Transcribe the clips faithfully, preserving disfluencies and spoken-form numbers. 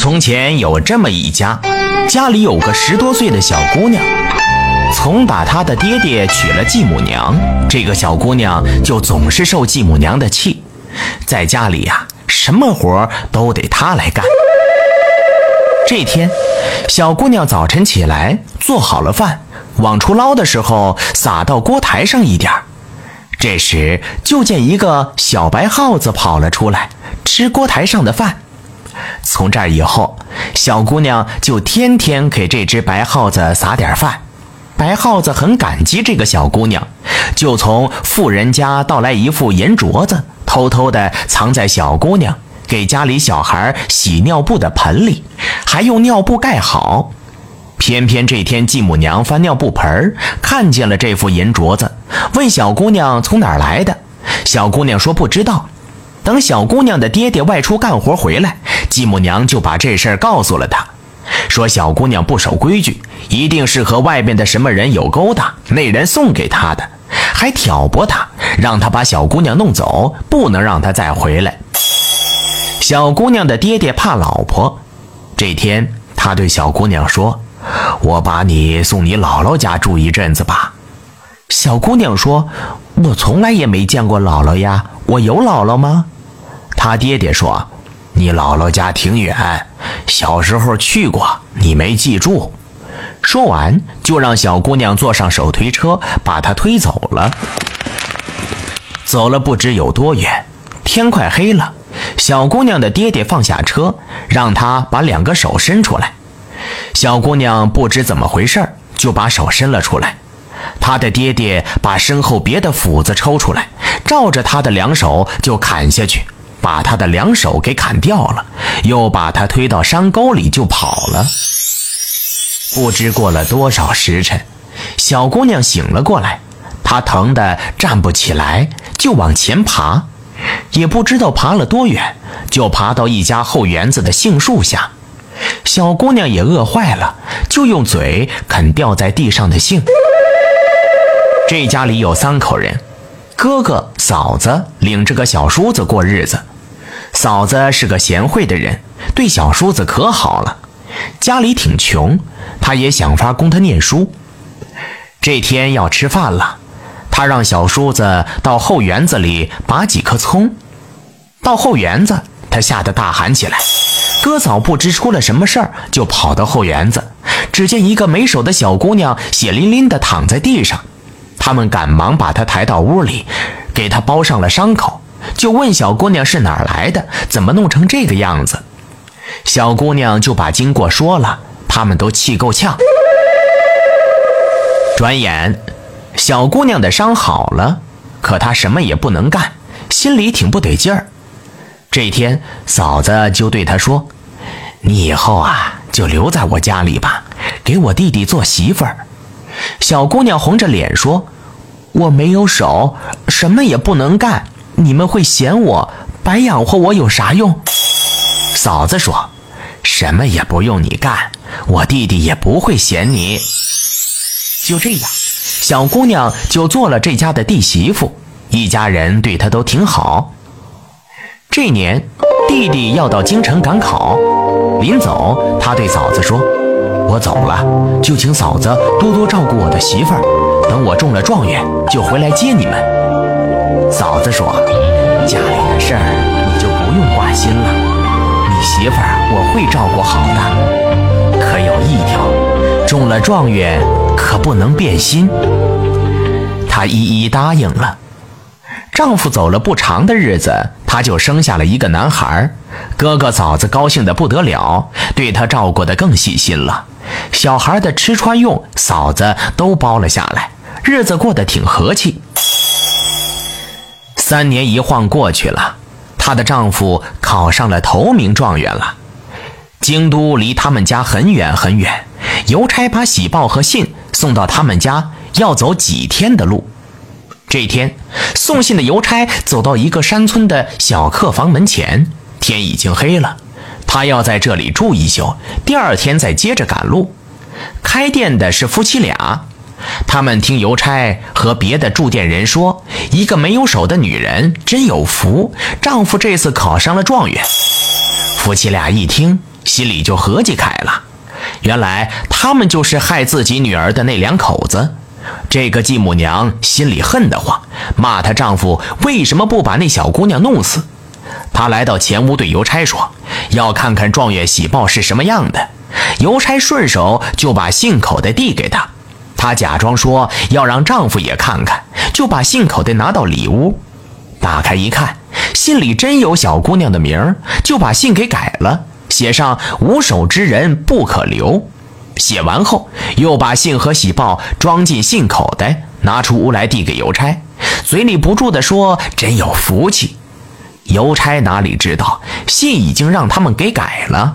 从前有这么一家，家里有个十多岁的小姑娘。从打她的爹爹娶了继母娘，这个小姑娘就总是受继母娘的气，在家里呀、啊，什么活都得她来干。这天，小姑娘早晨起来做好了饭，往出捞的时候撒到锅台上一点，这时就见一个小白耗子跑了出来，吃锅台上的饭。从这儿以后，小姑娘就天天给这只白耗子撒点饭。白耗子很感激这个小姑娘，就从富人家盗来一副银镯子，偷偷地藏在小姑娘给家里小孩洗尿布的盆里，还用尿布盖好。偏偏这天继母娘翻尿布盆，看见了这副银镯子，问小姑娘从哪儿来的。小姑娘说不知道。等小姑娘的爹爹外出干活回来，继母娘就把这事儿告诉了他，说小姑娘不守规矩，一定是和外边的什么人有勾搭，那人送给她的，还挑拨她，让她把小姑娘弄走，不能让她再回来。小姑娘的爹爹怕老婆，这天他对小姑娘说，我把你送你姥姥家住一阵子吧。小姑娘说，我从来也没见过姥姥呀，我有姥姥吗？他爹爹说，你姥姥家挺远，小时候去过，你没记住。说完就让小姑娘坐上手推车，把她推走了。走了不知有多远，天快黑了，小姑娘的爹爹放下车，让她把两个手伸出来。小姑娘不知怎么回事，就把手伸了出来。她的爹爹把身后别的斧子抽出来，照着她的两手就砍下去，把她的两手给砍掉了，又把她推到山沟里就跑了。不知过了多少时辰，小姑娘醒了过来，她疼得站不起来，就往前爬，也不知道爬了多远，就爬到一家后园子的杏树下。小姑娘也饿坏了，就用嘴啃掉在地上的杏。这家里有三口人，哥哥嫂子领着个小叔子过日子。嫂子是个贤惠的人，对小叔子可好了，家里挺穷，他也想法供他念书。这天要吃饭了，他让小叔子到后园子里拔几颗葱。到后园子，他吓得大喊起来。哥嫂不知出了什么事儿，就跑到后园子，只见一个没手的小姑娘血淋淋地躺在地上。他们赶忙把她抬到屋里，给她包上了伤口，就问小姑娘是哪儿来的，怎么弄成这个样子。小姑娘就把经过说了，他们都气够呛。转眼小姑娘的伤好了，可她什么也不能干，心里挺不得劲儿。这天嫂子就对她说，你以后啊就留在我家里吧，给我弟弟做媳妇儿。小姑娘红着脸说，我没有手，什么也不能干，你们会嫌我，白养活我有啥用？嫂子说，什么也不用你干，我弟弟也不会嫌你。就这样，小姑娘就做了这家的弟媳妇，一家人对她都挺好。这年弟弟要到京城赶考，临走他对嫂子说，我走了，就请嫂子多多照顾我的媳妇儿，等我中了状元就回来接你们。嫂子说，家里的事儿你就不用挂心了，你媳妇儿我会照顾好的，可有一条，中了状元可不能变心。她一一答应了。丈夫走了不长的日子，她就生下了一个男孩，哥哥嫂子高兴得不得了，对她照顾得更细心了。小孩的吃穿用，嫂子都包了下来，日子过得挺和气。三年一晃过去了，她的丈夫考上了头名状元了。京都离他们家很远很远，邮差把喜报和信送到他们家，要走几天的路。这天，送信的邮差走到一个山村的小客房门前，天已经黑了，他要在这里住一宿，第二天再接着赶路。开店的是夫妻俩，他们听邮差和别的住店人说，一个没有手的女人真有福，丈夫这次考上了状元。夫妻俩一听心里就合计开了。原来他们就是害自己女儿的那两口子。这个继母娘心里恨得慌，骂她丈夫为什么不把那小姑娘弄死。她来到前屋对邮差说，要看看状元喜报是什么样的。邮差顺手就把信口的递给她，她假装说要让丈夫也看看，就把信口的拿到里屋。打开一看，信里真有小姑娘的名儿，就把信给改了，写上无手之人不可留。写完后，又把信和喜报装进信口袋，拿出屋来递给邮差，嘴里不住地说真有福气。邮差哪里知道信已经让他们给改了。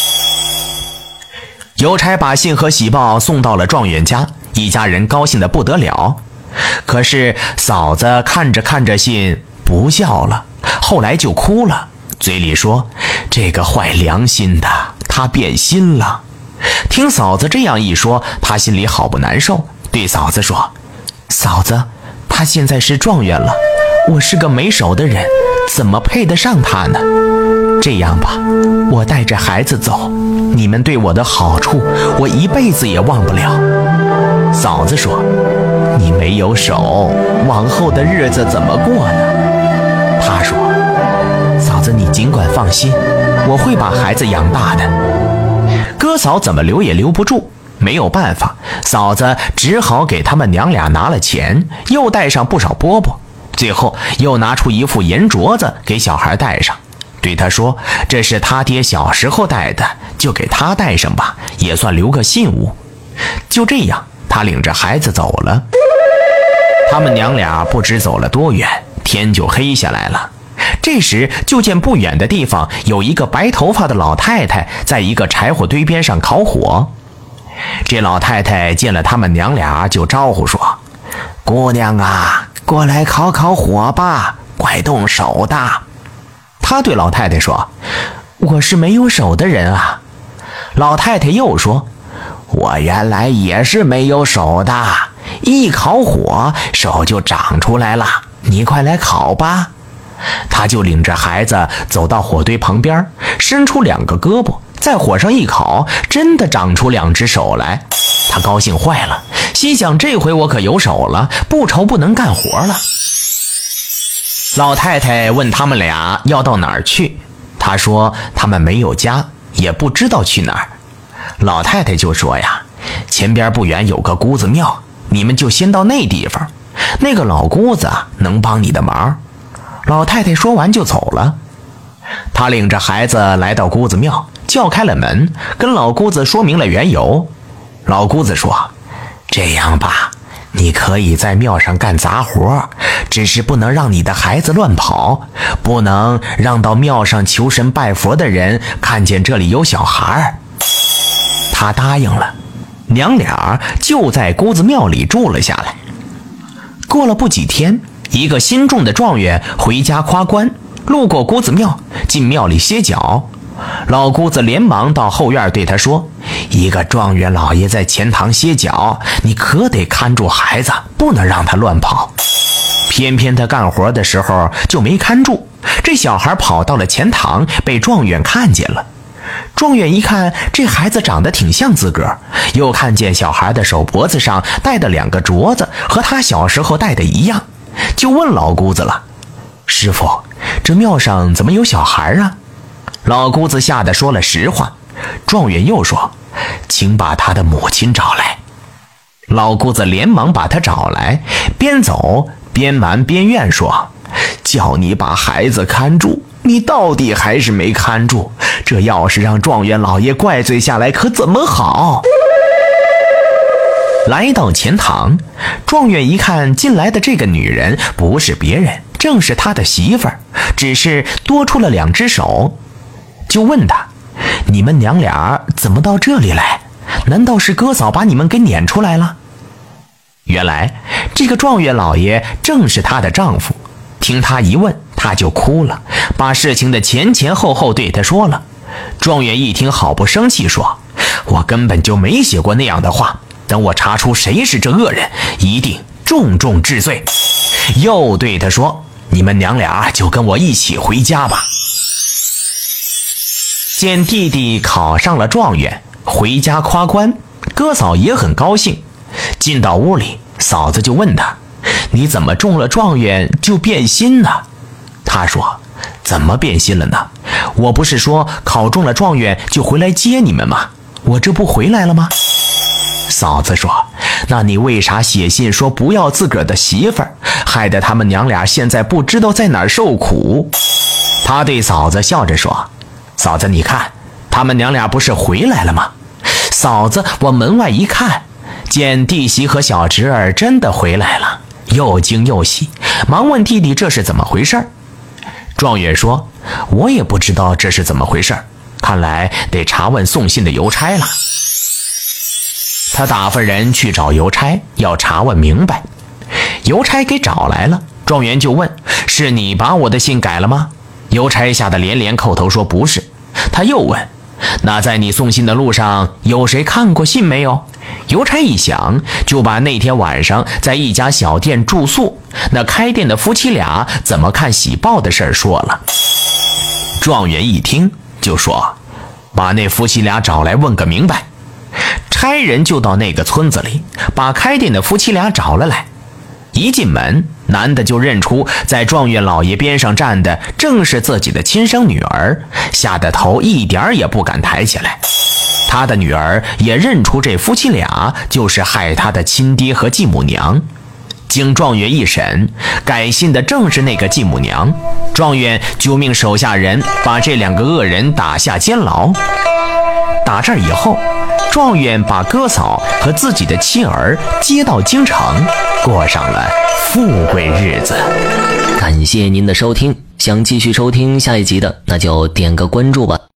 邮差把信和喜报送到了状元家，一家人高兴得不得了。可是嫂子看着看着信不笑了，后来就哭了，嘴里说这个坏良心的，他变心了。听嫂子这样一说，他心里好不难受，对嫂子说，嫂子，他现在是状元了，我是个没手的人，怎么配得上他呢？这样吧，我带着孩子走，你们对我的好处我一辈子也忘不了。嫂子说，你没有手，往后的日子怎么过呢？他说，嫂子你尽管放心，我会把孩子养大的。哥嫂怎么留也留不住，没有办法，嫂子只好给他们娘俩拿了钱，又带上不少饽饽，最后又拿出一副银镯子给小孩戴上，对他说，这是他爹小时候戴的，就给他戴上吧，也算留个信物。就这样，他领着孩子走了。他们娘俩不知走了多远，天就黑下来了。这时就见不远的地方有一个白头发的老太太在一个柴火堆边上烤火。这老太太见了他们娘俩就招呼说，姑娘啊，过来烤烤火吧，怪动手的。她对老太太说，我是没有手的人啊。老太太又说，我原来也是没有手的，一烤火手就长出来了，你快来烤吧。他就领着孩子走到火堆旁边，伸出两个胳膊，在火上一烤，真的长出两只手来。他高兴坏了，心想这回我可有手了，不愁不能干活了。老太太问他们俩要到哪儿去，他说他们没有家，也不知道去哪儿。老太太就说呀，前边不远有个姑子庙，你们就先到那地方，那个老姑子能帮你的忙。老太太说完就走了。他领着孩子来到姑子庙，叫开了门，跟老姑子说明了缘由。老姑子说，这样吧，你可以在庙上干杂活，只是不能让你的孩子乱跑，不能让到庙上求神拜佛的人看见这里有小孩。他答应了，娘俩就在姑子庙里住了下来。过了不几天，一个新中的状元回家夸官，路过姑子庙，进庙里歇脚。老姑子连忙到后院对他说，一个状元老爷在前堂歇脚，你可得看住孩子，不能让他乱跑。偏偏他干活的时候就没看住，这小孩跑到了前堂，被状元看见了。状元一看这孩子长得挺像自个儿，又看见小孩的手脖子上戴的两个镯子和他小时候戴的一样，就问老姑子了，师傅，这庙上怎么有小孩啊？老姑子吓得说了实话。状元又说，请把他的母亲找来。老姑子连忙把他找来，边走边瞒边怨说，叫你把孩子看住，你到底还是没看住，这要是让状元老爷怪罪下来可怎么好？来到前堂，状元一看进来的这个女人不是别人，正是他的媳妇儿，只是多出了两只手，就问他，你们娘俩怎么到这里来？难道是哥嫂把你们给撵出来了？原来这个状元老爷正是她的丈夫，听他一问，他就哭了，把事情的前前后后对他说了。状元一听好不生气，说，我根本就没写过那样的话，等我查出谁是这恶人，一定重重治罪。又对他说，你们娘俩就跟我一起回家吧。 见弟弟考上了状元，回家夸官，哥嫂也很高兴。进到屋里，嫂子就问他：你怎么中了状元就变心呢？他说：怎么变心了呢？我不是说考中了状元就回来接你们吗？我这不回来了吗？嫂子说：那你为啥写信说不要自个儿的媳妇儿，害得他们娘俩现在不知道在哪儿受苦？他对嫂子笑着说：嫂子你看，他们娘俩不是回来了吗？嫂子往门外一看，见弟媳和小侄儿真的回来了，又惊又喜，忙问弟弟这是怎么回事。状元说：我也不知道这是怎么回事，看来得查问送信的邮差了。他打发人去找邮差，要查问明白。邮差给找来了，状元就问：是你把我的信改了吗？邮差吓得连连叩头说不是。他又问：那在你送信的路上有谁看过信没有？邮差一想，就把那天晚上在一家小店住宿，那开店的夫妻俩怎么看喜报的事说了。状元一听就说：把那夫妻俩找来问个明白。差人就到那个村子里，把开店的夫妻俩找了来。一进门，男的就认出在状元老爷边上站的正是自己的亲生女儿，吓得头一点也不敢抬起来。他的女儿也认出这夫妻俩就是害他的亲爹和继母娘。经状元一审，改信的正是那个继母娘。状元就命手下人把这两个恶人打下监牢。打这儿以后，状元把哥嫂和自己的妻儿接到京城，过上了富贵日子。 感谢您的收听，想继续收听下一集的，那就点个关注吧。